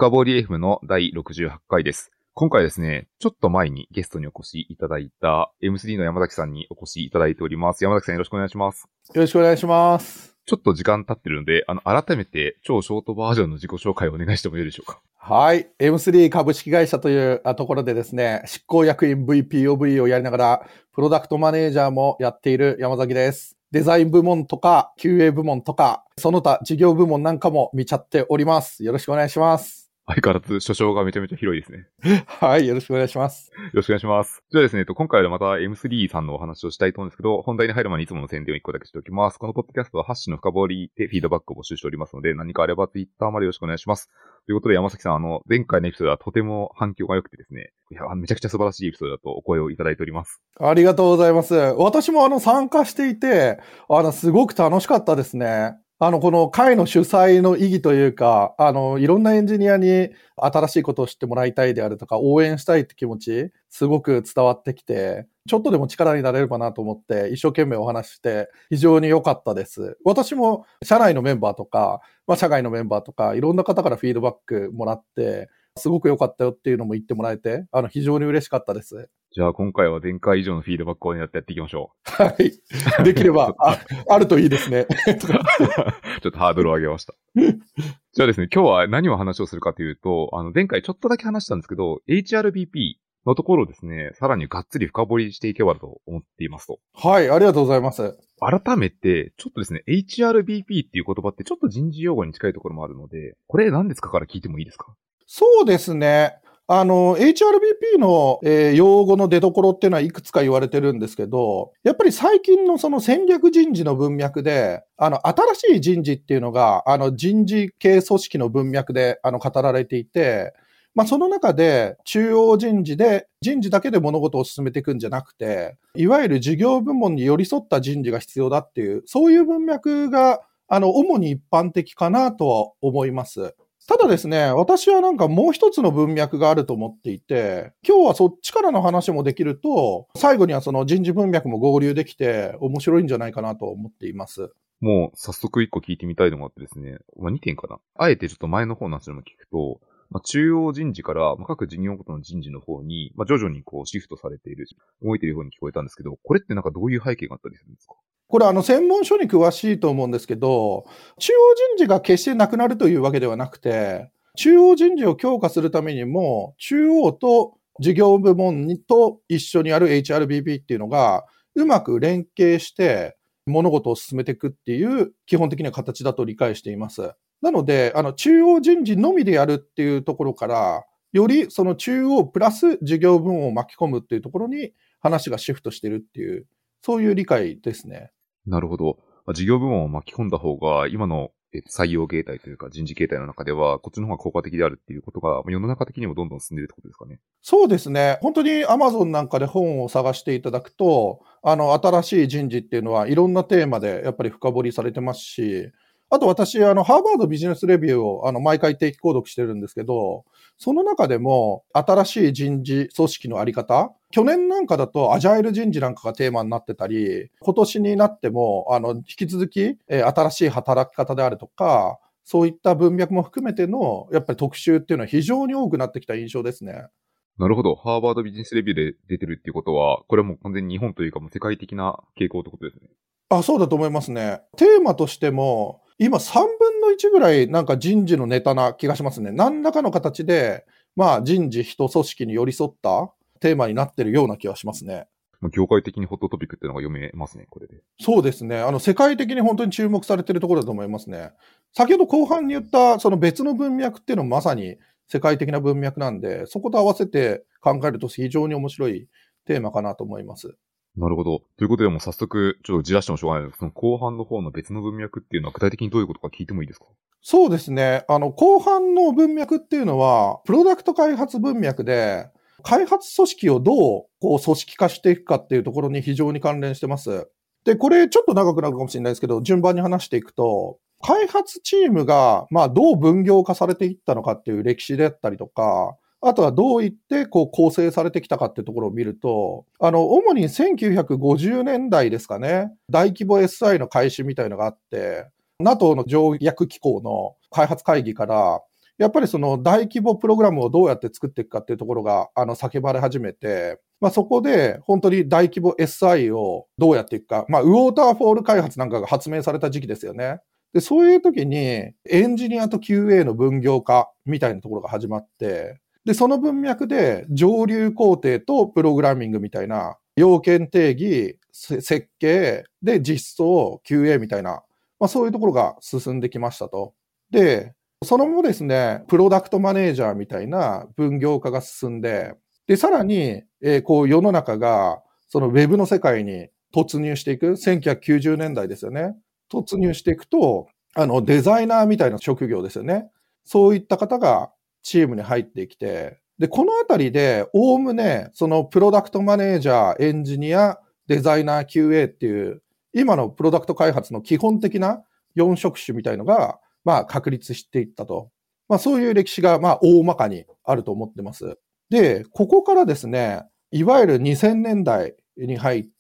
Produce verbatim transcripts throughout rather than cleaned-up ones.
深掘り エフエム のだいろくじゅうはちかいです。今回ですね、ちょっと前にゲストにお越しいただいた エムスリー の山崎さんにお越しいただいております。山崎さんよろしくお願いします。 よろしくお願いします。 ちょっと時間経ってるので、あの、改めて超ショートバージョンの自己紹介をお願いしてもよいでしょうか。 はい。エムスリー 株式会社というところでですね、執行役員 ブイピーオーブイ をやりながら、プロダクトマネージャーもやっている山崎です。デザイン部門とか キューエー 部門とか、その他事業部門なんかも見ちゃっております。よろしくお願いします。 相変わらず所掌がめちゃめちゃ広いですね。 はい。よろしくお願いします。 よろしくお願いします。じゃあですね、今回はまた エムスリー さんのお話をしたいと思うんですけど、本題に入る前にいつもの宣伝をいっこだけしておきます。このポッドキャストはハッシュの深掘りでフィードバックを募集しておりますので、何かあれば Twitter までよろしくお願いします。ということで山崎さん、あの、前回のエピソードはとても反響が良くてですね、いや、めちゃくちゃ素晴らしいエピソードだとお声をいただいております。 ありがとうございます。私もあの参加していて、あの、すごく楽しかったですね。あの、この会の主催の意義というか、あの、いろんなエンジニアに新しいことを知ってもらいたいであるとか、応援したいって気持ち、すごく伝わってきて、ちょっとでも力になれればなと思って、一生懸命お話しして、非常に良かったです。私も、社内のメンバーとか、まあ、社外のメンバーとか、いろんな方からフィードバックもらって、すごく良かったよっていうのも言ってもらえて、あの、非常に嬉しかったです。 じゃあ今回は前回以上のフィードバックを狙ってやっていきましょう。はい。できればあ、あるといいですね。 ちょっとハードルを上げました。じゃあですね、今日は何を話をするかというと、あの、前回ちょっとだけ話したんですけど、エイチアールビーピー のところをですね、さらにがっつり深掘りしていけばと思っていますと。 はい、ありがとうございます。 改めて、ちょっとですね、エイチアールビーピー っていう言葉ってちょっと人事用語に近いところもあるので、これ何ですかから聞いてもいいですか？ そうですね。あの、エイチアールビーピー の、えー、用語の出所っていうのはいくつか言われてるんですけど、やっぱり最近のその戦略人事の文脈で、あの、新しい人事っていうのが、あの、人事系組織の文脈で、あの、語られていて、まあ、その中で、中央人事で、人事だけで物事を進めていくんじゃなくて、いわゆる事業部門に寄り添った人事が必要だっていう、そういう文脈が、あの、主に一般的かなとは思います。ただですね、私はなんかもう一つの文脈があると思っていて、今日はそっちからの話もできると、最後にはその人事文脈も合流できて面白いんじゃないかなと思っています。 もう早速一個聞いてみたいのがあってですね、まあ、にてんかな。あえてちょっと前の方の話でも聞くと、まあ、中央人事から、まあ、各事業ごとの人事の方に、まあ、徐々にこうシフトされている、動いているように聞こえたんですけど、これってなんかどういう背景があったりするんですか？ これあの専門書に詳しいと思うんですけど、中央人事が決してなくなるというわけではなくて、中央人事を強化するためにも、中央と事業部門にと一緒にある エイチアールビーピー っていうのが、うまく連携して物事を進めていくっていう基本的な形だと理解しています。なので、あの中央人事のみでやるっていうところから、よりその中央プラス事業部門を巻き込むっていうところに話がシフトしてるっていう、そういう理解ですね。 なるほど。まあ、事業部門を巻き込んだ方が、今の採用形態というか人事形態の中では、こっちの方が効果的であるっていうことが、世の中的にもどんどん進んでいるってことですかね。 そうですね。本当に Amazon なんかで本を探していただくと、あの、新しい人事っていうのはいろんなテーマでやっぱり深掘りされてますし、あと私、あの、ハーバードビジネスレビューをあの毎回定期購読してるんですけど、その中でも新しい人事組織のあり方、去年なんかだとアジャイル人事なんかがテーマになってたり、今年になっても、あの、引き続き、えー、新しい働き方であるとか、そういった文脈も含めての、やっぱり特集っていうのは非常に多くなってきた印象ですね。 なるほど。ハーバードビジネスレビューで出てるっていうことは、これはもう完全に日本というかもう世界的な傾向ってことですね。 あ、そうだと思いますね。テーマとしても、今さんぶんのいちぐらいなんか人事のネタな気がしますね。何らかの形で、まあ人事、人、組織に寄り添ったテーマになってるような気がしますね。 業界的にホットトピックっていうのが読めますね、これで。 そうですね。あの、世界的に本当に注目されてるところだと思いますね。先ほど後半に言った、その別の文脈っていうのもまさに世界的な文脈なんで、そこと合わせて考えると非常に面白いテーマかなと思います。 なるほど。ということでもう早速、ちょっとじらしてもしょうがないので、その後半の方の別の文脈っていうのは具体的にどういうことか聞いてもいいですか？ そうですね。あの、後半の文脈っていうのは、プロダクト開発文脈で、開発組織をどうこう組織化していくかっていうところに非常に関連してます。で、これちょっと長くなるかもしれないですけど、順番に話していくと、開発チームが、まあ、どう分業化されていったのかっていう歴史であったりとか、あとはどういってこう構成されてきたかっていうところを見ると、あの、主にせんきゅうひゃくごじゅうねんだいですかね、大規模 エスアイ の開始みたいのがあって、ナトー の条約機構の開発会議から、 やっぱりその大規模プログラムをどうやって作っていくかっていうところが、あの、叫ばれ始めて、まあそこで本当に大規模 エスアイ をどうやっていくか、まあウォーターフォール開発なんかが発明された時期ですよね。で、そういう時にエンジニアと キューエー の分業化みたいなところが始まって、で、その文脈で上流工程とプログラミングみたいな要件定義、設計で実装 キューエー みたいな、まあそういうところが進んできましたと。で、その後ですね、プロダクトマネージャーみたいな分業化が進んで、で、さらに、えー、こう世の中がそのウェブの世界に突入していく、せんきゅうひゃくきゅうじゅうねんだいですよね。突入していくと、あの、デザイナーみたいな職業ですよね。そういった方がチームに入ってきて、で、このあたりで、おおむね、そのプロダクトマネージャー、エンジニア、デザイナー、キューエー っていう、今のプロダクト開発の基本的なよん職種みたいのが、まあ、確立していったと。まあ、そういう歴史が、まあ、大まかにあると思ってます。で、ここからですね、いわゆるにせんねんだいに入って、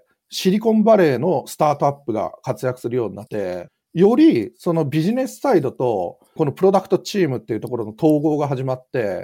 シリコンバレーのスタートアップが活躍するようになって、よりそのビジネスサイドとこのプロダクトチームっていうところの統合が始まって、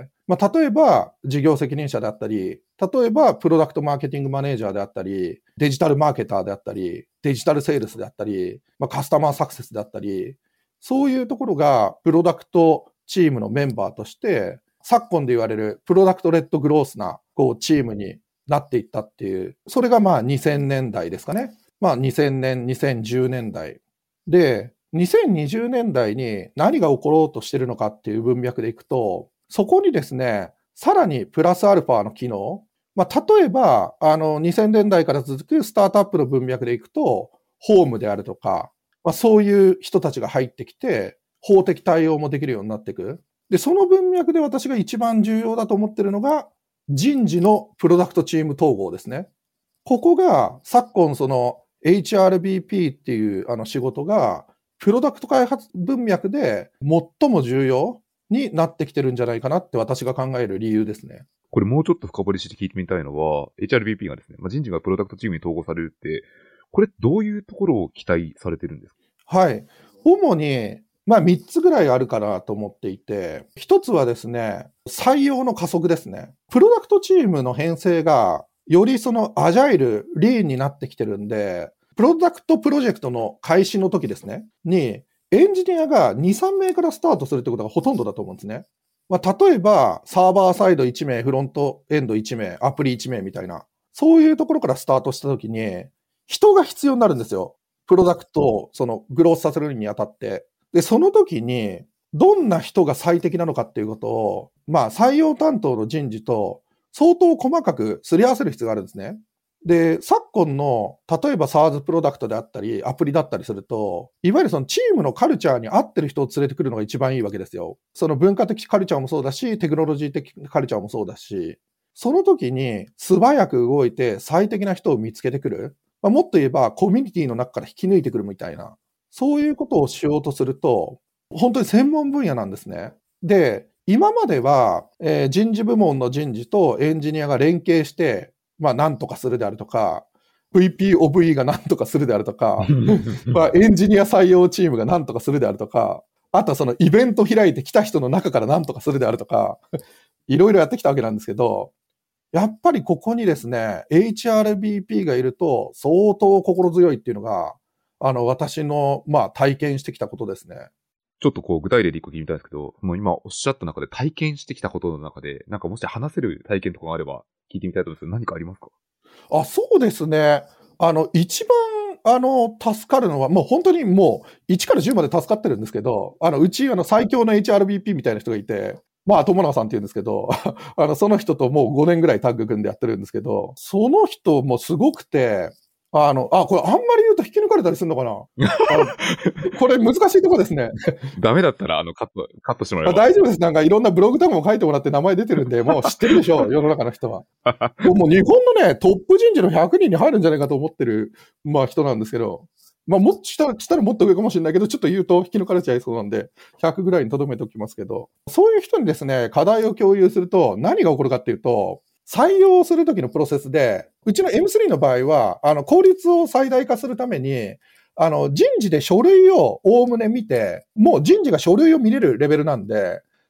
まあ、例えば事業責任者であったり、例えばプロダクトマーケティングマネージャーであったり、デジタルマーケターであったり、デジタルセールスであったり、まあ、カスタマーサクセスであったり、そういうところがプロダクトチームのメンバーとして、昨今で言われるプロダクトレッドグロースなこうチームになっていったっていう、それがまあにせんねんだいですかね。まあにせんねん、にせんじゅうねんだい。で、にせんにじゅうねんだいに何が起ころうとしているのかっていう文脈でいくと、そこにですね、さらにプラスアルファの機能、まあ例えば、あのにせんねんだいから続くスタートアップの文脈でいくと、ホームであるとか、まあそういう人たちが入ってきて、法的対応もできるようになっていく。で、その文脈で私が一番重要だと思っているのが、人事のプロダクトチーム統合ですね。ここが昨今その エイチアールビーピー っていうあの仕事がプロダクト開発文脈で最も重要になってきてるんじゃないかなって私が考える理由ですね。 これもうちょっと深掘りして聞いてみたいのは、エイチアールビーピー がですね、まあ、人事がプロダクトチームに統合されるって、これどういうところを期待されてるんですか？ はい。主にまあみっつぐらいあるかなと思っていて、ひとつはですね、採用の加速ですね。プロダクトチームの編成がよりそのアジャイル、リーンになってきてるんで、プロダクトプロジェクトの開始の時ですね、にエンジニアがに、さんめいからスタートするってことがほとんどだと思うんですね。まあ例えばサーバーサイドいちめい、フロントエンドいちめい、アプリいちめいみたいな、そういうところからスタートした時に人が必要になるんですよ。プロダクトをそのグロースさせるにあたって。で、その時に、どんな人が最適なのかっていうことを、まあ、採用担当の人事と相当細かくすり合わせる必要があるんですね。で、昨今の、例えば SaaS プロダクトであったり、アプリだったりすると、いわゆるそのチームのカルチャーに合ってる人を連れてくるのが一番いいわけですよ。その文化的カルチャーもそうだし、テクノロジー的カルチャーもそうだし、その時に素早く動いて最適な人を見つけてくる。まあ、もっと言えば、コミュニティの中から引き抜いてくるみたいな。そういうことをしようとすると、本当に専門分野なんですね。で、今までは、えー、人事部門の人事とエンジニアが連携して、まあ、なんとかするであるとか、ブイピーオーブイ がなんとかするであるとか、まあ、エンジニア採用チームがなんとかするであるとか、あとはそのイベント開いて来た人の中からなんとかするであるとか、いろいろやってきたわけなんですけど、やっぱりここにですね、エイチアールビーピー がいると相当心強いっていうのが、あの、私の、まあ、体験してきたことですね。 ちょっとこう、具体例で一個聞いてみたいんですけど、もう今おっしゃった中で体験してきたことの中で、なんかもし話せる体験とかがあれば聞いてみたいと思うんですけど、何かありますか？ あ、そうですね。あの、一番、あの、助かるのは、もう本当にもう、いちからじゅうまで助かってるんですけど、あの、うち、あの、最強の エイチアールビーピー みたいな人がいて、まあ、友永さんって言うんですけど、あの、その人ともうごねんぐらいタッグ組んでやってるんですけど、その人もすごくて、あの、あ、これあんまり言うと引き抜かれたりするのかなあこれ難しいとこですね。 ダメだったら、あの、カット、カットしてもらえば。 大丈夫です。なんかいろんなブログとかも書いてもらって名前出てるんで、もう知ってるでしょう、世の中の人は。もう日本のね、トップ人事のひゃくにんに入るんじゃないかと思ってる、まあ人なんですけど、まあもっとしたら、したらもっと上かもしれないけど、ちょっと言うと引き抜かれちゃいそうなんで、ひゃくぐらいに留めておきますけど、そういう人にですね、課題を共有すると何が起こるかっていうと、採用するときのプロセスで、うちの エムスリー の場合は、あの、効率を最大化するために、あの、人事で書類をおおむね見て、もう人事が書類を見れるレベルなんで、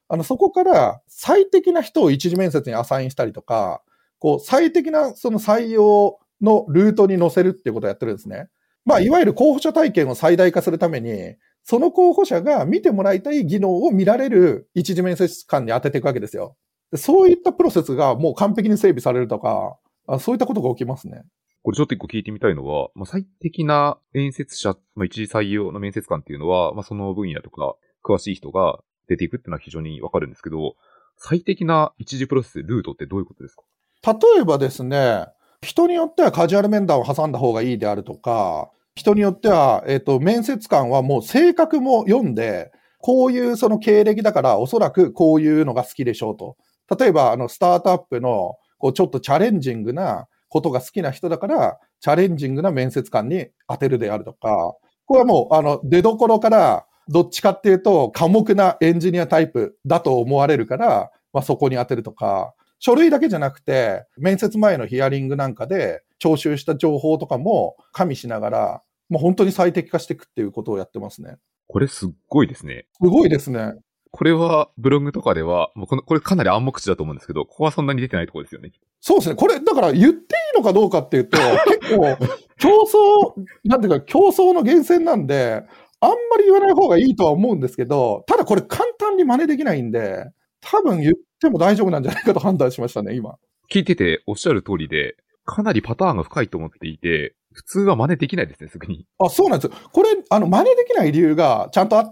あの、そこから最適な人を一次面接にアサインしたりとか、こう、最適なその採用のルートに乗せるっていうことをやってるんですね。まあ、いわゆる候補者体験を最大化するために、その候補者が見てもらいたい技能を見られる一次面接官に当てていくわけですよ。でそういったプロセスがもう完璧に整備されるとか、あそういったことが起きますね。 これちょっと一個聞いてみたいのは、まあ、最適な面接者、まあ、一次採用の面接官っていうのは、まあ、その分野とか詳しい人が出ていくっていうのは非常にわかるんですけど、最適な一次プロセス、ルートってどういうことですか？ 例えばですね、人によってはカジュアル面談を挟んだ方がいいであるとか、人によっては、えっと、面接官はもう性格も読んで、こういうその経歴だからおそらくこういうのが好きでしょうと。例えば、あの、スタートアップの、こう、ちょっとチャレンジングなことが好きな人だから、チャレンジングな面接官に当てるであるとか、これはもう、あの、出どころから、どっちかっていうと、寡黙なエンジニアタイプだと思われるから、まあ、そこに当てるとか、書類だけじゃなくて、面接前のヒアリングなんかで、徴収した情報とかも加味しながら、もう本当に最適化していくっていうことをやってますね。 これすっごいですね。 すごいですね。 これは、ブログとかでは、もうこの、これかなり暗黙知だと思うんですけど、ここはそんなに出てないところですよね。 そうですね。これ、だから言っていいのかどうかっていうと、結構、競争、なんていうか、競争の源泉なんで、あんまり言わない方がいいとは思うんですけど、ただこれ簡単に真似できないんで、多分言っても大丈夫なんじゃないかと判断しましたね、今。 聞いてておっしゃる通りで、かなりパターンが深いと思っていて、普通は真似できないですね、すぐに。 あ、そうなんです。これ、あの、真似できない理由がちゃんとあって、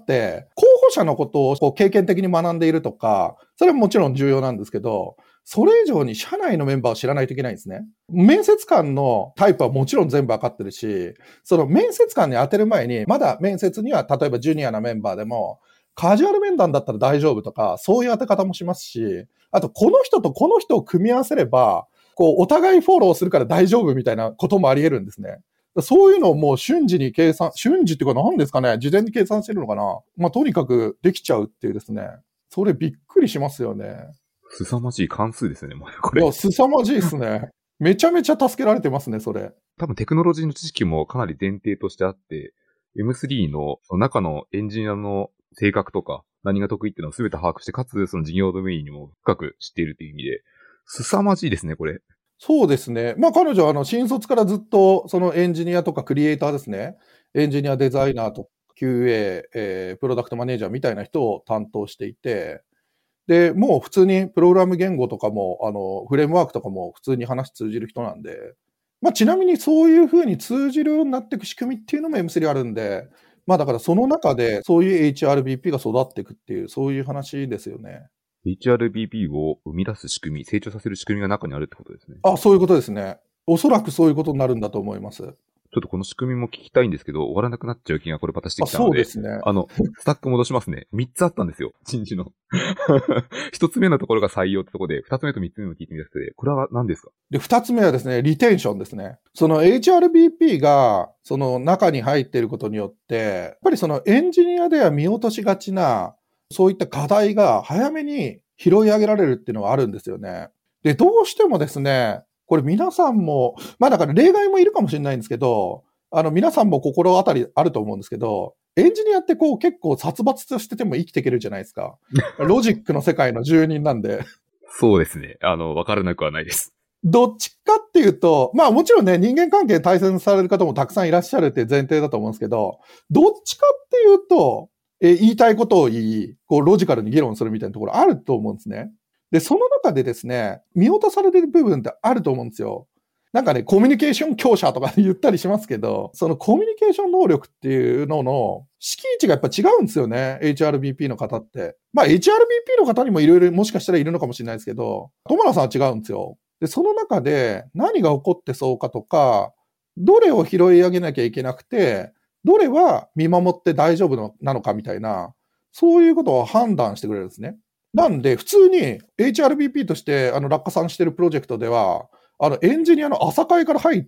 候補者のことをこう経験的に学んでいるとか、それはもちろん重要なんですけど、それ以上に社内のメンバーを知らないといけないんですね。面接官のタイプはもちろん全部わかってるし、その面接官に当てる前に、まだ面接には例えばジュニアなメンバーでも、カジュアル面談だったら大丈夫とか、そういう当て方もしますし、あとこの人とこの人を組み合わせれば、こう、お互いフォローするから大丈夫みたいなこともあり得るんですね。そういうのをもう瞬時に計算、瞬時っていうか何ですかね、事前に計算してるのかな。まあ、とにかくできちゃうっていうですね。それびっくりしますよね。 凄まじい関数ですね、もうこれ。 いや、凄まじいですね。めちゃめちゃ助けられてますね、それ。 多分テクノロジーの知識もかなり前提としてあって、エムスリー の中のエンジニアの性格とか何が得意っていうのを全て把握して、かつその事業ドメインにも深く知っているという意味で、凄まじいですね、これ。 そうですね。まあ彼女はあの新卒からずっとそのエンジニアとかクリエイターですね。エンジニアデザイナーと キューエー、えー、プロダクトマネージャーみたいな人を担当していて、で、もう普通にプログラム言語とかも、あの、フレームワークとかも普通に話通じる人なんで、まあちなみにそういう風に通じるようになっていく仕組みっていうのも エムスリー あるんで、まあだからその中でそういう エイチアールビーピー が育っていくっていう、そういう話ですよね。 エイチアールビーピー を生み出す仕組み、成長させる仕組みが中にあるってことですね。 あ、そういうことですね。おそらくそういうことになるんだと思います。 ちょっとこの仕組みも聞きたいんですけど、終わらなくなっちゃう気がこれ私してきたので。 あ、そうですね。 あの、スタック戻しますね。みっつあったんですよ。人事の。一つ目のところが採用ってところで、二つ目と三つ目も聞いてみたくて、これは何ですか？ で、二つ目はですね、リテンションですね。その エイチアールビーピー が、その中に入っていることによって、やっぱりそのエンジニアでは見落としがちな、そういった課題が早めに拾い上げられるっていうのがあるんですよね。で、どうしてもですね、これ皆さんも、まあだから例外もいるかもしれないんですけど、あの皆さんも心当たりあると思うんですけど、エンジニアってこう結構殺伐としてても生きていけるじゃないですか。ロジックの世界の住人なんで。 そうですね。あの、わからなくはないです。 どっちかっていうと、まあもちろんね、人間関係大切される方もたくさんいらっしゃるっていう前提だと思うんですけど、どっちかっていうと、え言いたいことを言い、こうロジカルに議論するみたいなところあると思うんですね。で、その中でですね、見落とされてる部分ってあると思うんですよ。なんかね、コミュニケーション強者とか言ったりしますけど、そのコミュニケーション能力っていうのの敷地がやっぱ違うんですよね。エイチアールビーピー の方って。まあ エイチアールビーピー の方にもいろいろもしかしたらいるのかもしれないですけど、友野さんは違うんですよ。で、その中で何が起こってそうかとか、どれを拾い上げなきゃいけなくて、どれは見守って大丈夫なのかみたいな、そういうことを判断してくれるんですね。なんで、普通に エイチアールビーピー としてあの落下さんしてるプロジェクトでは、あのエンジニアの朝会から入って、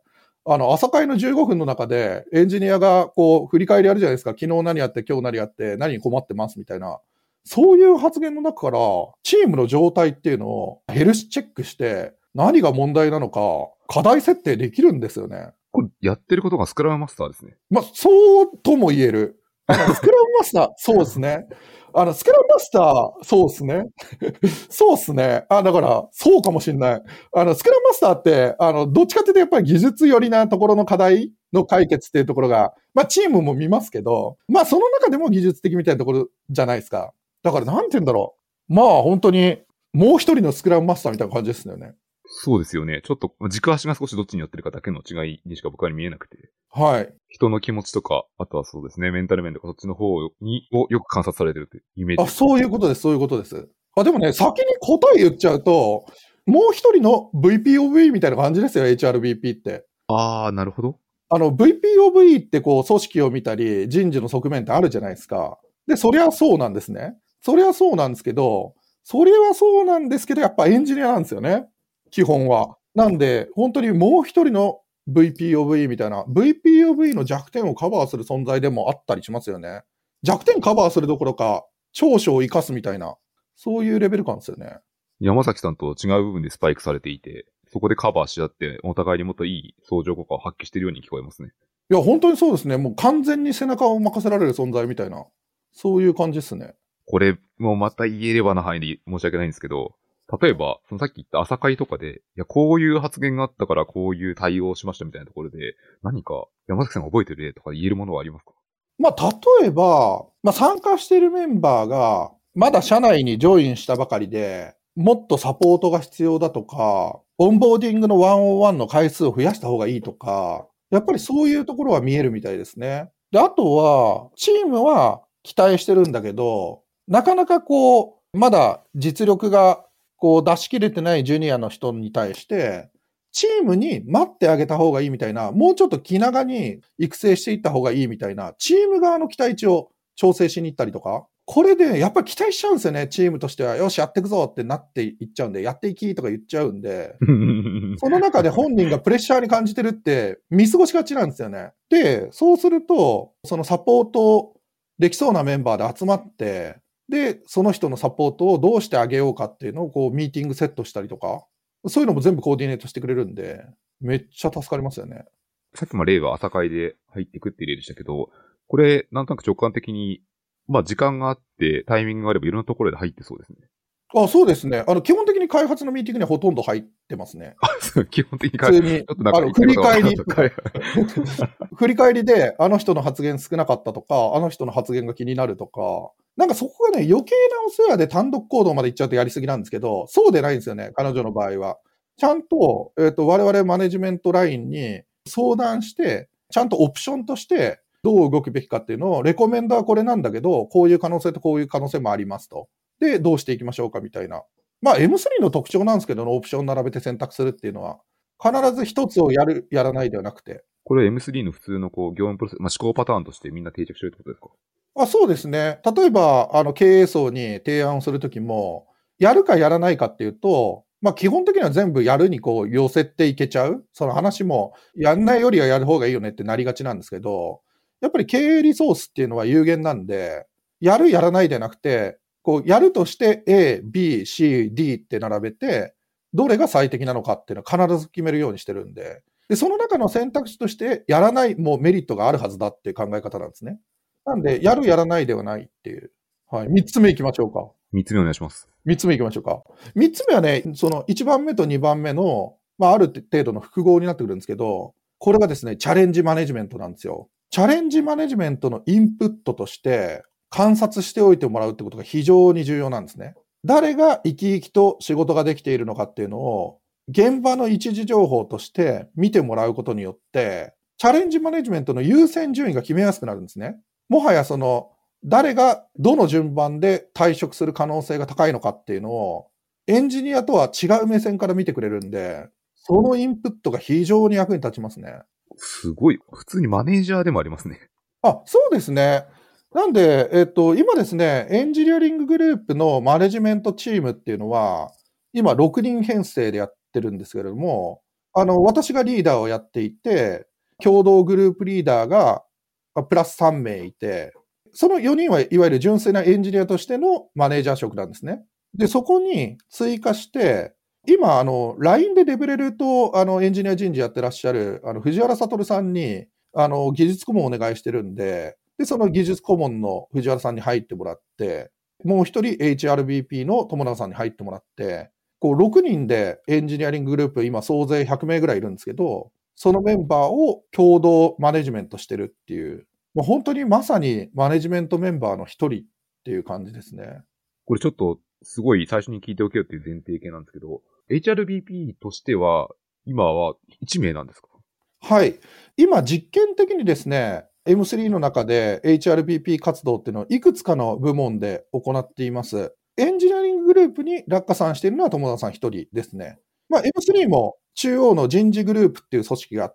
あの朝会のじゅうごふんの中でエンジニアがこう振り返りやるじゃないですか。昨日何やって、今日何やって、何に困ってますみたいな。そういう発言の中から、チームの状態っていうのをヘルスチェックして、何が問題なのか、課題設定できるんですよね。 これやってることがスクラムマスターですね。 まあ、そうとも言える。スクラムマスター、そうですね。 あの、スクラムマスター、そうっすね。そうっすね。あ、だから、そうかもしんない。あの、スクラムマスターって、あの、どっちかっていうとやっぱり技術寄りなところの課題の解決っていうところが、まあ、チームも見ますけど、まあ、その中でも技術的みたいなところじゃないですか。だから、なんて言うんだろう。まあ、本当に、もう一人のスクラムマスターみたいな感じですよね。 そうですよね。ちょっと軸足が少しどっちに寄ってるかだけの違いにしか僕は見えなくて。 はい。 人の気持ちとか、あとはそうですね、メンタル面とかそっちの方にをよく観察されてるというイメージ。 あ、そういうことです、そういうことです。あ、でもね、先に答え言っちゃうと、もう一人の ブイピーオーブイ みたいな感じですよ、エイチアールビーピー って。 ああ、なるほど。 あの、ブイピーオーブイ ってこう、組織を見たり、人事の側面ってあるじゃないですか。で、そりゃそうなんですね。そりゃそうなんですけど、それはそうなんですけど、やっぱエンジニアなんですよね。基本は。なんで、本当にもう一人の ブイピーオーブイ みたいな、ブイピーオーブイ の弱点をカバーする存在でもあったりしますよね。弱点カバーするどころか、長所を生かすみたいな、そういうレベル感ですよね。 山崎さんと違う部分でスパイクされていて、そこでカバーし合って、お互いにもっといい相乗効果を発揮しているように聞こえますね。 いや、本当にそうですね。もう完全に背中を任せられる存在みたいな、そういう感じですね。 これもまた言えればな範囲で申し訳ないんですけど、例えば、そのさっき言った朝会とかで、いや、こういう発言があったからこういう対応をしましたみたいなところで、何か山崎さんが覚えてる例とか言えるものはありますか？ まあ、例えば、まあ、参加しているメンバーが、まだ社内にジョインしたばかりで、もっとサポートが必要だとか、オンボーディングのワンオンワンの回数を増やした方がいいとか、やっぱりそういうところは見えるみたいですね。で、あとは、チームは期待してるんだけど、なかなかこう、まだ実力がこう出し切れてないジュニアの人に対して、チームに待ってあげた方がいいみたいな、もうちょっと気長に育成していった方がいいみたいな、チーム側の期待値を調整しに行ったりとか、これでやっぱり期待しちゃうんですよね、チームとしては。よし、やっていくぞってなっていっちゃうんで、やっていきとか言っちゃうんで、その中で本人がプレッシャーに感じてるって見過ごしがちなんですよね。で、そうすると、そのサポートできそうなメンバーで集まって、で、その人のサポートをどうしてあげようかっていうのをこうミーティングセットしたりとか、そういうのも全部コーディネートしてくれるんで、めっちゃ助かりますよね。 さっきも例は朝会で入っていくっていう例でしたけど、これ、なんとなく直感的に、まあ時間があって、タイミングがあればいろんなところで入ってそうですね。 あ、そうですね。あの、基本的に開発のミーティングにはほとんど入ってますね。 あ、そう、基本的に普通に、 ちょっとなんかあの、振り返り、 はい振り返りで、あの人の発言少なかったとか、あの人の発言が気になるとか、なんかそこがね、余計なお世話で単独行動まで行っちゃうとやりすぎなんですけど、そうでないんですよね、彼女の場合は。ちゃんと、えっと、我々マネジメントラインに相談して、ちゃんとオプションとして、どう動くべきかっていうのを、レコメンドはこれなんだけど、こういう可能性とこういう可能性もありますと。で、どうしていきましょうかみたいな。まあ エムスリー の特徴なんですけど、オプション並べて選択するっていうのは、必ず一つをやる、やらないではなくて。 これ エムスリー の普通のこう業務プロセス、まあ、思考パターンとしてみんな定着してるってことですか？ あ、そうですね。例えば、あの、経営層に提案をするときも、やるかやらないかっていうと、まあ、基本的には全部やるにこう寄せていけちゃう。その話も、やんないよりはやる方がいいよねってなりがちなんですけど、やっぱり経営リソースっていうのは有限なんで、やるやらないでなくて、こう、やるとして A、B、C、D って並べて、どれが最適なのかっていうのは必ず決めるようにしてるんで、で、その中の選択肢として、やらないもメリットがあるはずだっていう考え方なんですね。なんで、やるやらないではないっていう。はい。三つ目行きましょうか。 三つ目お願いします。 三つ目行きましょうか。三つ目はね、その一番目と二番目の、まあ、ある程度の複合になってくるんですけど、これがですね、チャレンジマネジメントなんですよ。チャレンジマネジメントのインプットとして、観察しておいてもらうってことが非常に重要なんですね。誰が生き生きと仕事ができているのかっていうのを、現場の一時情報として見てもらうことによって、チャレンジマネジメントの優先順位が決めやすくなるんですね。もはやその、誰がどの順番で退職する可能性が高いのかっていうのを、エンジニアとは違う目線から見てくれるんで、そのインプットが非常に役に立ちますね。 すごい。普通にマネージャーでもありますね。 あ、そうですね。なんで、えっと、今ですね、エンジニアリンググループのマネジメントチームっていうのは、今ろくにん編成でやってるんですけれども、あの、私がリーダーをやっていて、共同グループリーダーがプラスさんめいいて、そのよにんはいわゆる純粋なエンジニアとしてのマネージャー職なんですね。で、そこに追加して、今、あの、ライン でレベレルと、あの、エンジニア人事やってらっしゃる、あの、藤原悟さんに、あの、技術顧問をお願いしてるんで、で、その技術顧問の藤原さんに入ってもらって、 もう一人 エイチアールビーピー の友永さんに入ってもらって、こうろくにんでエンジニアリンググループ、今総勢ひゃくめいぐらいいるんですけど、そのメンバーを共同マネジメントしてるっていう、もう本当にまさにマネジメントメンバーの一人っていう感じですね。 これちょっとすごい最初に聞いておけよっていう前提系なんですけど、エイチアールビーピー としては今はいちめいなんですか？ はい。今実験的にですね、エムスリー の中で エイチアールビーピー 活動っていうのをいくつかの部門で行っています。エンジニアリンググループに落下さんしているのは友田さん一人ですね。まあ、エムスリー も中央の人事グループっていう組織があって、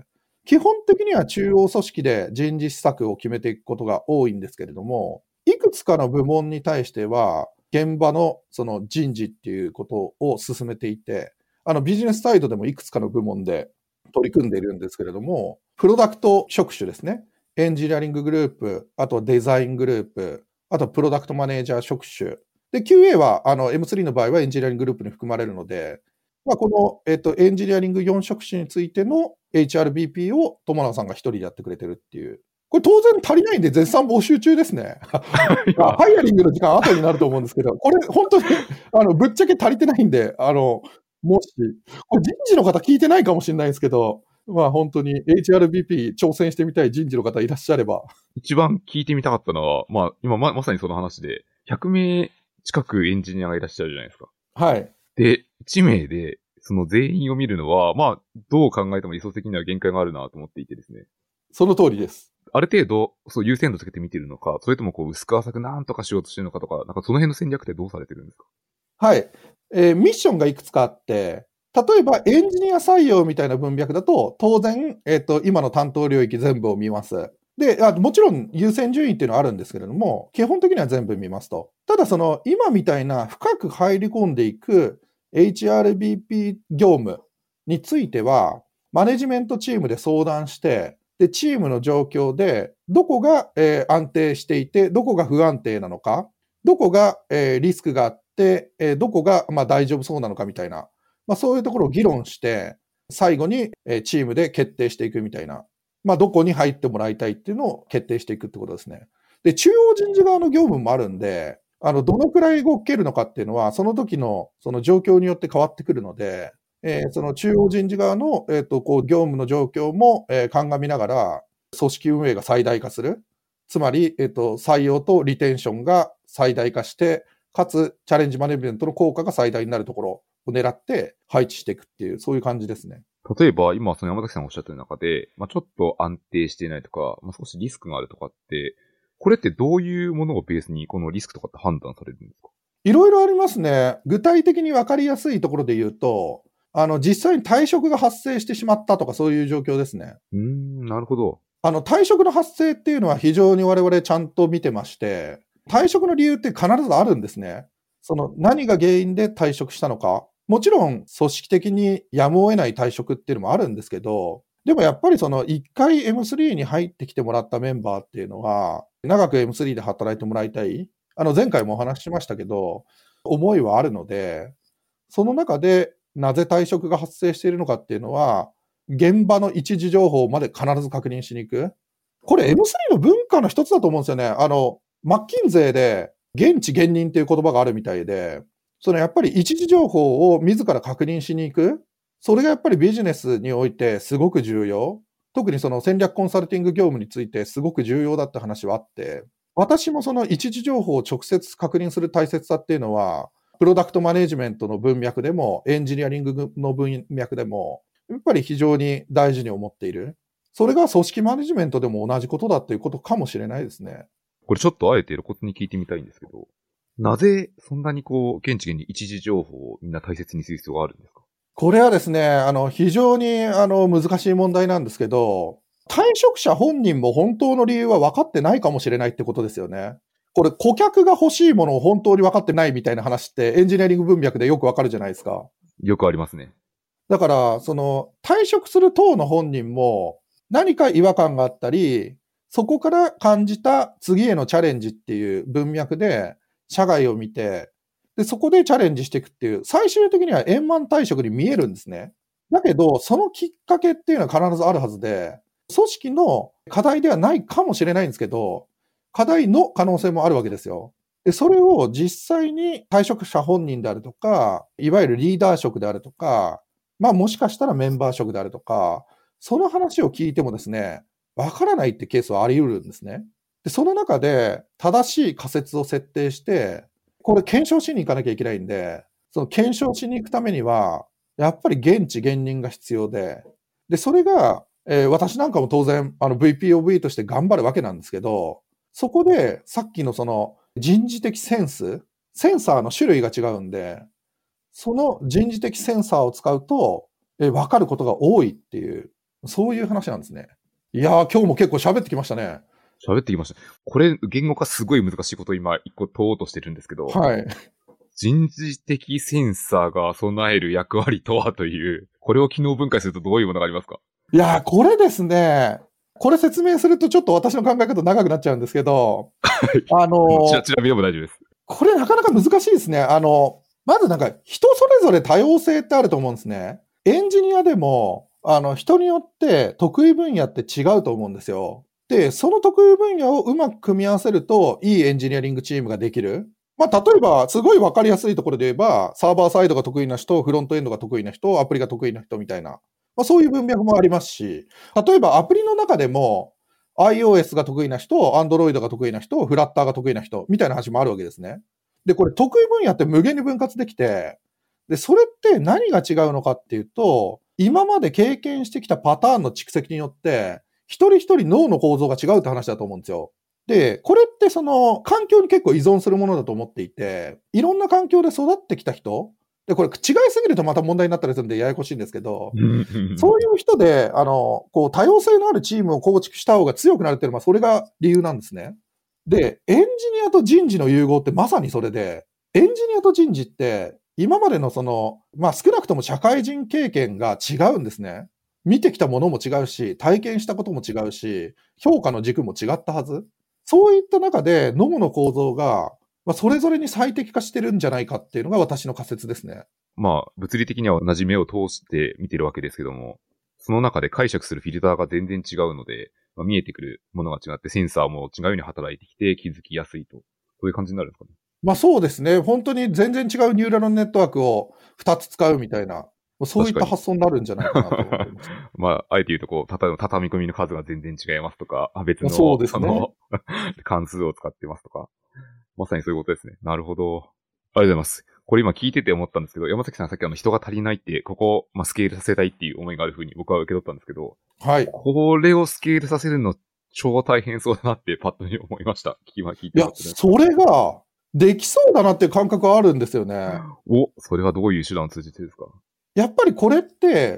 基本的には中央組織で人事施策を決めていくことが多いんですけれども、いくつかの部門に対しては、現場のその人事っていうことを進めていて、あのビジネスサイドでもいくつかの部門で取り組んでいるんですけれども、プロダクト職種ですね。エンジニアリンググループ、あとデザイングループ、あとプロダクトマネージャー職種。で、キューエー はあの エムスリー の場合はエンジニアリンググループに含まれるので、まあ、この、えっと、エンジニアリングよん職種についての エイチアールビーピー を友永さんが一人でやってくれてるっていう。これ当然足りないんで絶賛募集中ですね。ハイアリングの時間後になると思うんですけど、これ本当にあのぶっちゃけ足りてないんで、あの、もし、これ人事の方聞いてないかもしれないですけど、まあ本当に エイチアールビーピー 挑戦してみたい人事の方いらっしゃれば。 一番聞いてみたかったのは、まあ今ままさにその話で、ひゃくめい近くエンジニアがいらっしゃるじゃないですか。 はい。 で、いちめいでその全員を見るのは、まあどう考えても理想的には限界があるなと思っていてですね。 その通りです。 ある程度、そう優先度つけて見てるのか、それともこう薄く浅くなんとかしようとしてるのかとか、なんかその辺の戦略ってどうされてるんですか？ はい。えーミッションがいくつかあって、例えばエンジニア採用みたいな文脈だと、当然、えっと、今の担当領域全部を見ます。で、あもちろん優先順位っていうのはあるんですけれども、基本的には全部見ますと。ただその、今みたいな深く入り込んでいく エイチアールビーピー 業務については、マネジメントチームで相談して、で、チームの状況で、どこが、えー安定していて、どこが不安定なのか、どこが、えーリスクがあって、えーどこが、まあ、大丈夫そうなのかみたいな、まあ、そういうところを議論して、最後に、えーチームで決定していくみたいな、まあ、どこに入ってもらいたいっていうのを決定していくってことですね。で、中央人事側の業務もあるんで、あの、どのくらい動けるのかっていうのは、その時のその状況によって変わってくるので、えーその中央人事側の、えっと、こう、業務の状況も、えー鑑みながら、組織運営が最大化する。つまり、えっと、採用とリテンションが最大化して、かつ、チャレンジマネジメントの効果が最大になるところを狙って配置していくっていう、そういう感じですね。 例えば、今、その山崎さんがおっしゃってる中で、まあ、ちょっと安定していないとか、まあ、少しリスクがあるとかって、これってどういうものをベースにこのリスクとかって判断されるんですか？ いろいろありますね。具体的に分かりやすいところで言うと、あの、実際に退職が発生してしまったとかそういう状況ですね。 うーん、なるほど。 あの、退職の発生っていうのは非常に我々ちゃんと見てまして、退職の理由って必ずあるんですね。その何が原因で退職したのか。もちろん組織的にやむを得ない退職っていうのもあるんですけど、でもやっぱりその一回 エムスリー に入ってきてもらったメンバーっていうのは、長く エムスリー で働いてもらいたい。あの前回もお話ししましたけど、思いはあるので、その中でなぜ退職が発生しているのかっていうのは、現場の一時情報まで必ず確認しに行く。これ エムスリー の文化の一つだと思うんですよね。あの、マッキンゼーで現地現任っていう言葉があるみたいで、そのやっぱり一時情報を自ら確認しに行く。それがやっぱりビジネスにおいてすごく重要。特にその戦略コンサルティング業務についてすごく重要だって話はあって、私もその一時情報を直接確認する大切さっていうのは、プロダクトマネジメントの文脈でも、エンジニアリングの文脈でも、やっぱり非常に大事に思っている。それが組織マネジメントでも同じことだということかもしれないですね。 これちょっとあえて露骨に聞いてみたいんですけど、なぜそんなにこう、現地に一時情報をみんな大切にする必要があるんですか？ これはですね、あの、非常にあの難しい問題なんですけど、退職者本人も本当の理由は分かってないかもしれないってことですよね。これ、顧客が欲しいものを本当に分かってないみたいな話ってエンジニアリング文脈でよく分かるじゃないですか。 よくありますね。 だから、その、退職する当の本人も何か違和感があったり、そこから感じた次へのチャレンジっていう文脈で社外を見て、で、そこでチャレンジしていくっていう、最終的には円満退職に見えるんですね。だけど、そのきっかけっていうのは必ずあるはずで、組織の課題ではないかもしれないんですけど、課題の可能性もあるわけですよ。 で、それを実際に退職者本人であるとか、いわゆるリーダー職であるとか、まあもしかしたらメンバー職であるとか、その話を聞いてもですね、わからないってケースはあり得るんですね。で、その中で正しい仮説を設定して、これ検証しに行かなきゃいけないんで、その検証しに行くためには、やっぱり現地現任が必要で、で、それが、えー私なんかも当然、あの ブイピーオーブイ として頑張るわけなんですけど、そこでさっきのその人事的センス、センサーの種類が違うんで、その人事的センサーを使うと、えー、分かることが多いっていう、そういう話なんですね。いやー、今日も結構喋ってきましたね。 喋ってきました。これ、言語化すごい難しいことを今、一個問おうとしてるんですけど、 はい。 人事的センサーが備える役割とはという、これを機能分解するとどういうものがありますか？ いやー、これですね、これ説明するとちょっと私の考え方長くなっちゃうんですけど、あのーちらちら見でも大丈夫です。 これなかなか難しいですね。あの、まずなんか人それぞれ多様性ってあると思うんですね。エンジニアでも、あの、人によって得意分野って違うと思うんですよ。で、その得意分野をうまく組み合わせると、いいエンジニアリングチームができる。まあ、例えば、すごいわかりやすいところで言えば、サーバーサイドが得意な人、フロントエンドが得意な人、アプリが得意な人みたいな。まあ、そういう文脈もありますし、例えばアプリの中でも、iOS が得意な人、Android が得意な人、フラッターが得意な人、みたいな話もあるわけですね。で、これ得意分野って無限に分割できて、で、それって何が違うのかっていうと、今まで経験してきたパターンの蓄積によって、一人一人脳の構造が違うって話だと思うんですよ。で、これってその環境に結構依存するものだと思っていて、いろんな環境で育ってきた人、で、これ違いすぎるとまた問題になったりするんでややこしいんですけど、そういう人で、あの、こう多様性のあるチームを構築した方が強くなるっていうのは、それが理由なんですね。で、エンジニアと人事の融合ってまさにそれで、エンジニアと人事って、今までのその、まあ少なくとも社会人経験が違うんですね。見てきたものも違うし、体験したことも違うし、評価の軸も違ったはず。そういった中で脳の構造が、まあ、それぞれに最適化してるんじゃないかっていうのが私の仮説ですね。 まあ、物理的には同じ目を通して見てるわけですけども、その中で解釈するフィルターが全然違うので、まあ、見えてくるものが違って、センサーも違うように働いてきて気づきやすいと。そういう感じになるんですかね。 まあそうですね。本当に全然違うニューラルネットワークをふたつ使うみたいな、そういった発想になるんじゃないかなと思ってます。 まあ、あえて言うと、こう、たた、畳み込みの数が全然違いますとか、あ別の、 そうですね。 の関数を使ってますとか。まさにそういうことですね。なるほど。ありがとうございます。これ今聞いてて思ったんですけど、山崎さんさっきあの人が足りないって、ここを、まあ、スケールさせたいっていう思いがあるふうに僕は受け取ったんですけど、 はい。 これをスケールさせるの超大変そうだなってパッとに思いました。聞きま聞いいや、 てますね。 それができそうだなっていう感覚はあるんですよね。 お、それはどういう手段を通じてですか？ やっぱりこれって、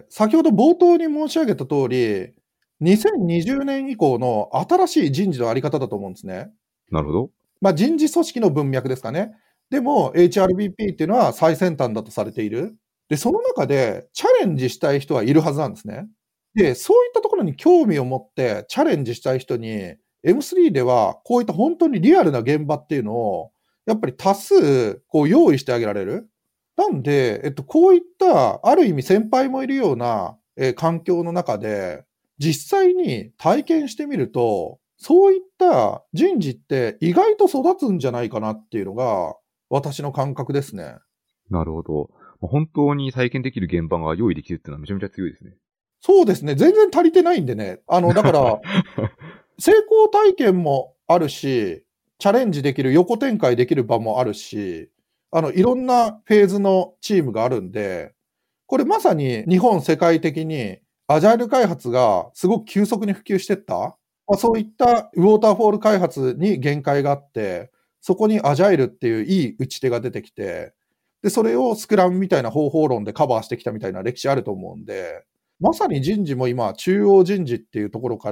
先ほど冒頭に申し上げた通り、にせんにじゅうねん以降の新しい人事のあり方だと思うんですね。 なるほど。 まあ、人事組織の文脈ですかね。でも、エイチアールビーピー っていうのは最先端だとされている。で、その中でチャレンジしたい人はいるはずなんですね。で、そういったところに興味を持ってチャレンジしたい人に、エムスリー ではこういった本当にリアルな現場っていうのを、やっぱり多数こう用意してあげられる。なんで、えっと、こういったある意味先輩もいるような、えー環境の中で、実際に体験してみると、そういった人事って意外と育つんじゃないかなっていうのが、私の感覚ですね。 なるほど。本当に体験できる現場が用意できるっていうのはめちゃめちゃ強いですね。 そうですね。全然足りてないんでね。あの、だから、成功体験もあるし、チャレンジできる、横展開できる場もあるし、あの、いろんなフェーズのチームがあるんで、これまさに日本世界的にアジャイル開発がすごく急速に普及してった、まあ、そういったウォーターフォール開発に限界があって、そこにアジャイルっていういい打ち手が出てきて、で、それをスクラムみたいな方法論でカバーしてきたみたいな歴史あると思うんで、まさに人事も今、中央人事っていうところから、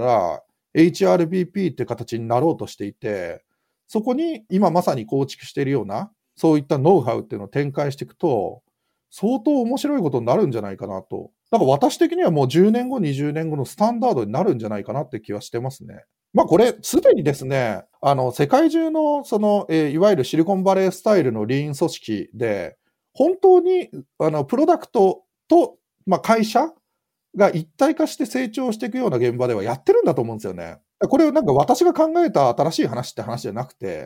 エイチアールビーピー って形になろうとしていて、そこに今まさに構築しているような、そういったノウハウっていうのを展開していくと、相当面白いことになるんじゃないかなと。だから私的にはもうじゅうねんご、にじゅうねんごのスタンダードになるんじゃないかなって気はしてますね。まあこれ、すでにですね、あの、世界中の、その、えーいわゆるシリコンバレースタイルのリーン組織で、本当に、あの、プロダクトと、まあ会社が一体化して成長していくような現場ではやってるんだと思うんですよね。これをなんか私が考えた新しい話って話じゃなくて、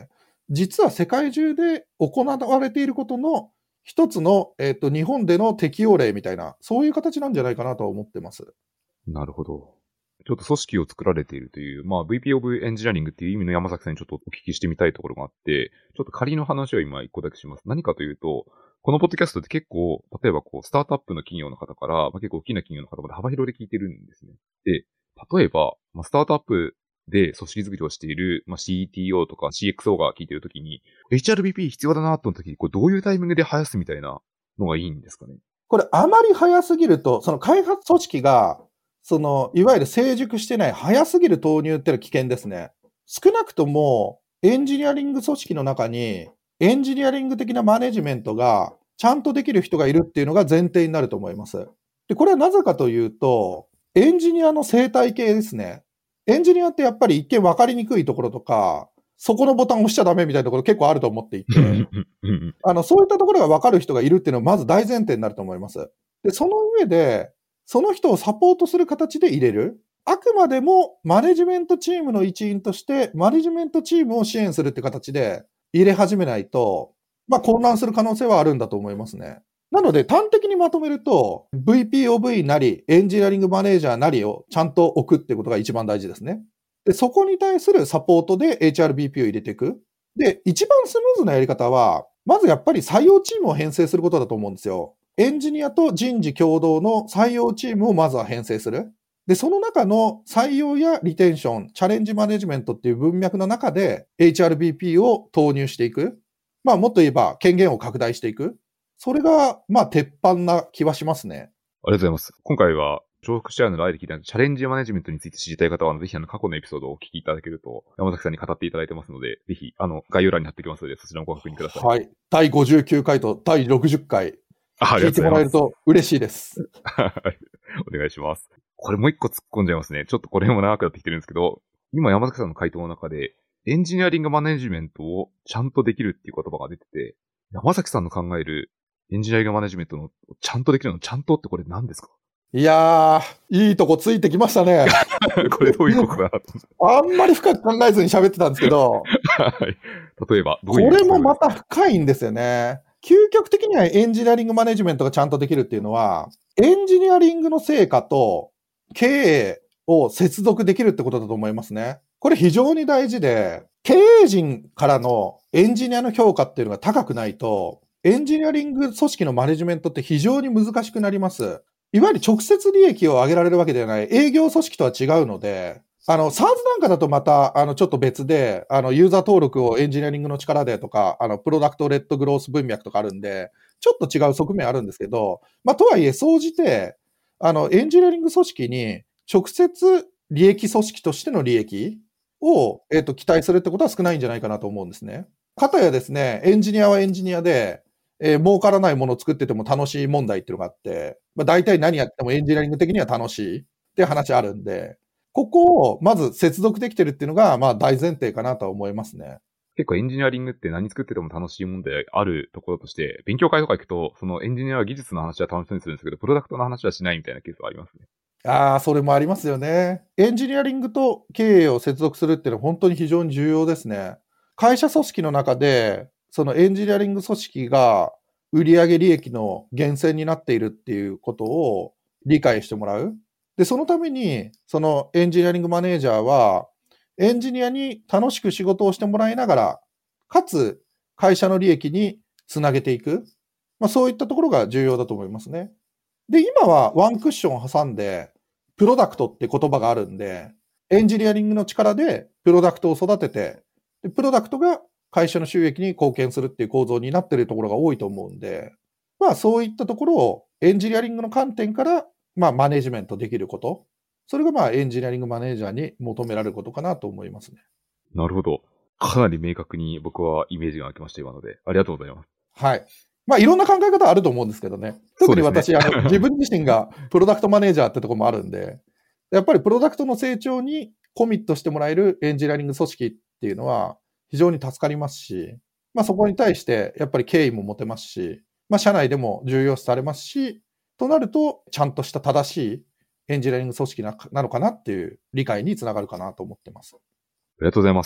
実は世界中で行われていることの一つの、えっと、日本での適用例みたいな、そういう形なんじゃないかなとは思ってます。 なるほど。ちょっと組織を作られているという、まあ ブイピー オブエンジニアリングっていう意味の山崎さんにちょっとお聞きしてみたいところがあって、ちょっと仮の話を今一個だけします。何かというと、このポッドキャストって結構、例えばこう、スタートアップの企業の方から、まあ、結構大きな企業の方まで幅広で聞いてるんですね。で、例えば、まあ、スタートアップで組織づくりをしている、まあ、シーティーオー とか シーエックスオー が聞いてるときに、エイチアールビーピー 必要だなと思ったときに、これどういうタイミングで生やすみたいなのがいいんですかね。 これあまり早すぎると、その開発組織が、その、いわゆる成熟してない早すぎる投入ってのは危険ですね。少なくとも、エンジニアリング組織の中に、エンジニアリング的なマネジメントがちゃんとできる人がいるっていうのが前提になると思います。で、これはなぜかというと、エンジニアの生態系ですね。エンジニアってやっぱり一見分かりにくいところとか、そこのボタンを押しちゃダメみたいなところ結構あると思っていて、あの、そういったところが分かる人がいるっていうのはまず大前提になると思います。で、その上で、その人をサポートする形で入れる。あくまでもマネジメントチームの一員として、マネジメントチームを支援するって形で入れ始めないと、まあ混乱する可能性はあるんだと思いますね。なので端的にまとめると、ブイピーオーブイ なり、エンジニアリングマネージャーなりをちゃんと置くってことが一番大事ですね。で、そこに対するサポートで エイチアールビーピー を入れていく。で、一番スムーズなやり方は、まずやっぱり採用チームを編成することだと思うんですよ。エンジニアと人事共同の採用チームをまずは編成する。で、その中の採用やリテンション、チャレンジマネジメントっていう文脈の中で エイチアールビーピー を投入していく。まあもっと言えば権限を拡大していく。それがまあ鉄板な気はしますね。 ありがとうございます。今回は重複シェアのライで聞いたチャレンジマネジメントについて知りたい方は、ぜひあの過去のエピソードをお聞きいただけると、山崎さんに語っていただいてますので、ぜひあの概要欄に貼っておきますので、そちらもご確認ください。 はい。だいごじゅうきゅうかいとだいろくじゅっかい。聞いてもらえると嬉しいです。 はい。お願いします。これもう一個突っ込んじゃいますね。ちょっとこれも長くなってきてるんですけど、今山崎さんの回答の中で、エンジニアリングマネジメントをちゃんとできるっていう言葉が出てて、山崎さんの考えるエンジニアリングマネジメントのちゃんとできるのちゃんとってこれ何ですか？ いやー、いいとこついてきましたね。 これどういうことだあんまり深く考えずに喋ってたんですけど、 はい。例えばどういうこれもまた深いんですよね。究極的にはエンジニアリングマネジメントがちゃんとできるっていうのは、エンジニアリングの成果と経営を接続できるってことだと思いますね。これ非常に大事で、経営陣からのエンジニアの評価っていうのが高くないと、エンジニアリング組織のマネジメントって非常に難しくなります。いわゆる直接利益を上げられるわけではない、営業組織とは違うので、あの、SaaS なんかだとまた、あの、ちょっと別で、あの、ユーザー登録をエンジニアリングの力でとか、あの、プロダクトレッドグロース文脈とかあるんで、ちょっと違う側面あるんですけど、まあ、とはいえ、総じて、あの、エンジニアリング組織に直接利益組織としての利益を、えっと、期待するってことは少ないんじゃないかなと思うんですね。かたやですね、エンジニアはエンジニアで、えー、儲からないものを作ってても楽しい問題っていうのがあって、まあ、大体何やってもエンジニアリング的には楽しいって話あるんで、ここをまず接続できてるっていうのが、まあ大前提かなとは思いますね。 結構エンジニアリングって何作ってても楽しいもんであるところとして、勉強会とか行くと、そのエンジニアは技術の話は楽しそうにするんですけど、プロダクトの話はしないみたいなケースはありますね。 ああ、それもありますよね。エンジニアリングと経営を接続するっていうのは本当に非常に重要ですね。会社組織の中で、そのエンジニアリング組織が売上利益の源泉になっているっていうことを理解してもらう。で、そのために、そのエンジニアリングマネージャーは、エンジニアに楽しく仕事をしてもらいながら、かつ会社の利益につなげていく。まあそういったところが重要だと思いますね。で、今はワンクッションを挟んで、プロダクトって言葉があるんで、エンジニアリングの力でプロダクトを育てて、でプロダクトが会社の収益に貢献するっていう構造になっているところが多いと思うんで、まあそういったところをエンジニアリングの観点からまあマネジメントできること、それがまあエンジニアリングマネージャーに求められることかなと思いますね。 なるほど。かなり明確に僕はイメージが湧きました今ので、ありがとうございます。 はい。まあいろんな考え方あると思うんですけどね。特に私、ね、あの自分自身がプロダクトマネージャーってところもあるんで、やっぱりプロダクトの成長にコミットしてもらえるエンジニアリング組織っていうのは非常に助かりますし、まあそこに対してやっぱり敬意も持てますし、まあ社内でも重要視されますし、となるとちゃんとした正しいエンジニアリング組織なのかなっていう理解につながるかなと思ってます。 ありがとうございます。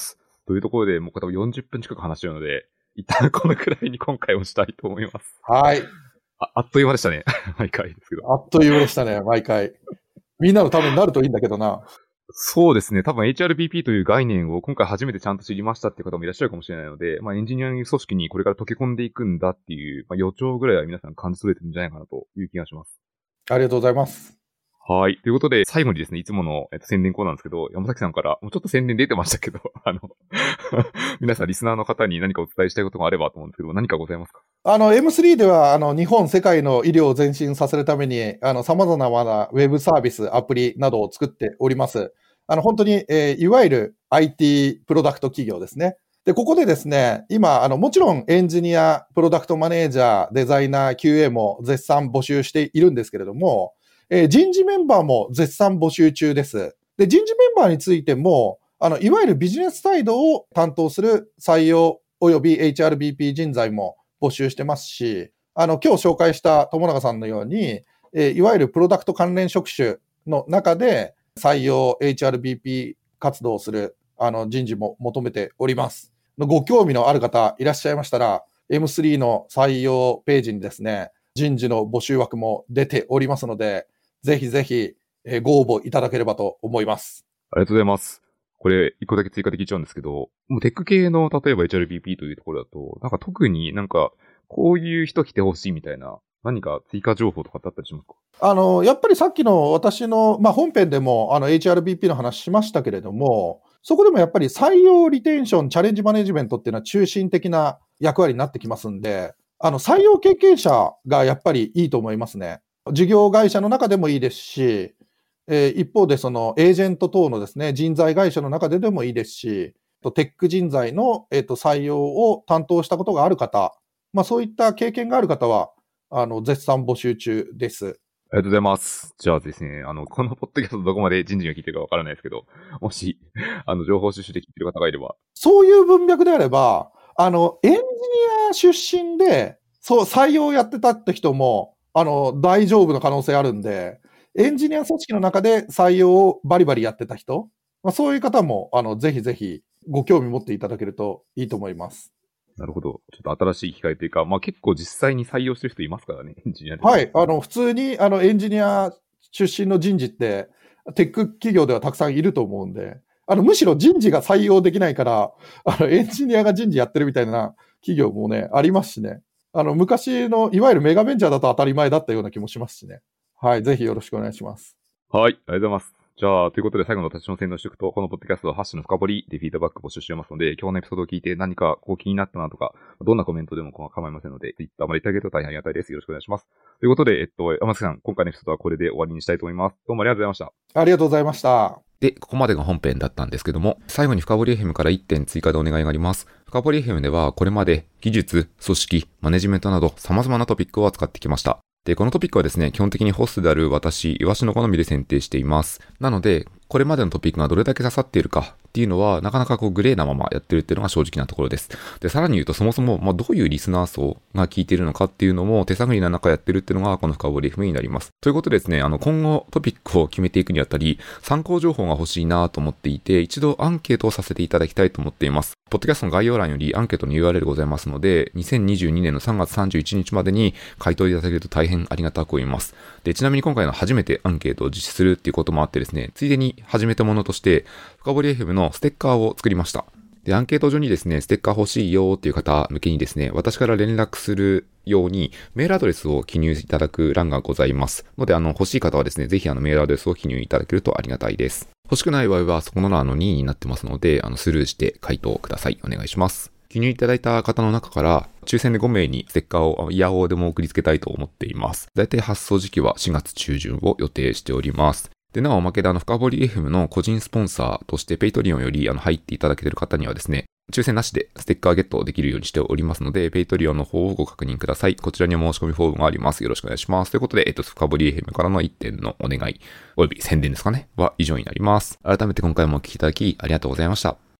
というところで、もう多分よんじゅっぷん近く話してるので、一旦このくらいに今回をしたいと思います。 はい。 あ, あっという間でしたね。毎回ですけど。 あっという間でしたね、毎回。みんなのためになるといいんだけどな。 そうですね。多分 エイチアールビーピー という概念を今回初めてちゃんと知りましたっていう方もいらっしゃるかもしれないので、まあエンジニアリング組織にこれから溶け込んでいくんだっていう、まあ、予兆ぐらいは皆さん感じ取れてるんじゃないかなという気がします。 ありがとうございます。 はい。ということで、最後にですね、いつもの、えっと、宣伝コーナーなんですけど、山崎さんから、もうちょっと宣伝出てましたけど、あの、皆さんリスナーの方に何かお伝えしたいことがあればと思うんですけど、何かございますか？ あの、エムスリー では、あの、日本、世界の医療を前進させるために、あの、様々なウェブサービス、アプリなどを作っております。あの、本当に、えー、いわゆる アイティー プロダクト企業ですね。で、ここでですね、今、あの、もちろんエンジニア、プロダクトマネージャー、デザイナー、キューエー も絶賛募集しているんですけれども、えー、人事メンバーも絶賛募集中です。で、人事メンバーについても、あの、いわゆるビジネスサイドを担当する採用及び エイチアールビーピー 人材も募集してますし、あの、今日紹介した友永さんのように、えー、いわゆるプロダクト関連職種の中で採用 エイチアールビーピー 活動をする、あの、人事も求めております。ご興味のある方いらっしゃいましたら、エムスリー の採用ページにですね、人事の募集枠も出ておりますので、ぜひぜひ、えー、ご応募いただければと思います。 ありがとうございます。これ、一個だけ追加で聞いちゃうんですけど、もうテック系の、例えば エイチアールビーピー というところだと、なんか特になんか、こういう人来てほしいみたいな、何か追加情報とかってあったりしますか？ あの、やっぱりさっきの私の、まあ、本編でも、あの、エイチアールビーピー の話しましたけれども、そこでもやっぱり採用リテンション、チャレンジマネジメントっていうのは中心的な役割になってきますんで、あの、採用経験者がやっぱりいいと思いますね。事業会社の中でもいいですし、えー、一方でそのエージェント等のですね、人材会社の中ででもいいですし、テック人材の、えー、と採用を担当したことがある方、まあそういった経験がある方は、あの、絶賛募集中です。 ありがとうございます。じゃあですね、あの、このポッドキャストどこまで人事が聞いてるかわからないですけど、もし、あの、情報収集で聞いてる方がいれば。 そういう文脈であれば、あの、エンジニア出身で、そう、採用やってたって人も、あの、大丈夫な可能性あるんで、エンジニア組織の中で採用をバリバリやってた人、まあ、そういう方も、あの、ぜひぜひご興味持っていただけるといいと思います。 なるほど。ちょっと新しい機会というか、まあ結構実際に採用してる人いますからね、エンジニアで。 はい。あの、普通に、あの、エンジニア出身の人事って、テック企業ではたくさんいると思うんで、あの、むしろ人事が採用できないから、あの、エンジニアが人事やってるみたいな企業もね、ありますしね。あの、昔の、いわゆるメガベンチャーだと当たり前だったような気もしますしね。はい。ぜひよろしくお願いします。 はい。ありがとうございます。じゃあ、ということで最後の私の宣伝をしておくと、このポッドキャストはハッシュの深掘りでフィードバック募集していますので、今日のエピソードを聞いて何かこう気になったなとか、どんなコメントでも構いませんので、Twitter までいただけると大変ありがたいです。よろしくお願いします。ということで、えっと、山崎さん、今回のエピソードはこれで終わりにしたいと思います。どうもありがとうございました。 ありがとうございました。 で、ここまでが本編だったんですけども、最後に深掘り エフエム からいってん追加でお願いがあります。深掘り エフエム ではこれまで技術、組織、マネジメントなど様々なトピックを扱ってきました。で、このトピックはですね、基本的にホストである私、イワシの好みで選定しています。なので、これまでのトピックがどれだけ刺さっているかっていうのは、なかなかこうグレーなままやってるっていうのが正直なところです。で、さらに言うと、そもそも、まあ、どういうリスナー層が聞いているのかっていうのも手探りな中やってるっていうのが、この深掘り エフエム になります。ということでですね、あの、今後トピックを決めていくにあたり、参考情報が欲しいなと思っていて、一度アンケートをさせていただきたいと思っています。ポッドキャストの概要欄よりアンケートの ユーアールエル ございますので、にせんにじゅうにねんのさんがつさんじゅういちにちまでに回答いただけると大変ありがたく思います。で、ちなみに今回の初めてアンケートを実施するっていうこともあってですね、ついでに始めたものとして、深掘り エフエム のステッカーを作りました。で、アンケート上にですね、ステッカー欲しいよっていう方向けにですね、私から連絡するようにメールアドレスを記入いただく欄がございますので、あの、欲しい方はですね、ぜひあのメールアドレスを記入いただけるとありがたいです。欲しくない場合はそこの欄のにいになってますので、あの、スルーして回答ください。お願いします。記入いただいた方の中から抽選でごめいにステッカーをイヤホーでも送りつけたいと思っています。だいたい発送時期はしがつちゅうじゅんを予定しております。で、なおおまけであの、深掘り エフエム の個人スポンサーとしてペイトリオンよりあの入っていただけている方にはですね、抽選なしでステッカーゲットできるようにしておりますので、ペイトリオンの方をご確認ください。こちらに申し込みフォームがあります。よろしくお願いします。ということで、えっと、深掘り エフエム からのいってんのお願い、および宣伝ですかね、は以上になります。改めて今回もお聞きいただきありがとうございました。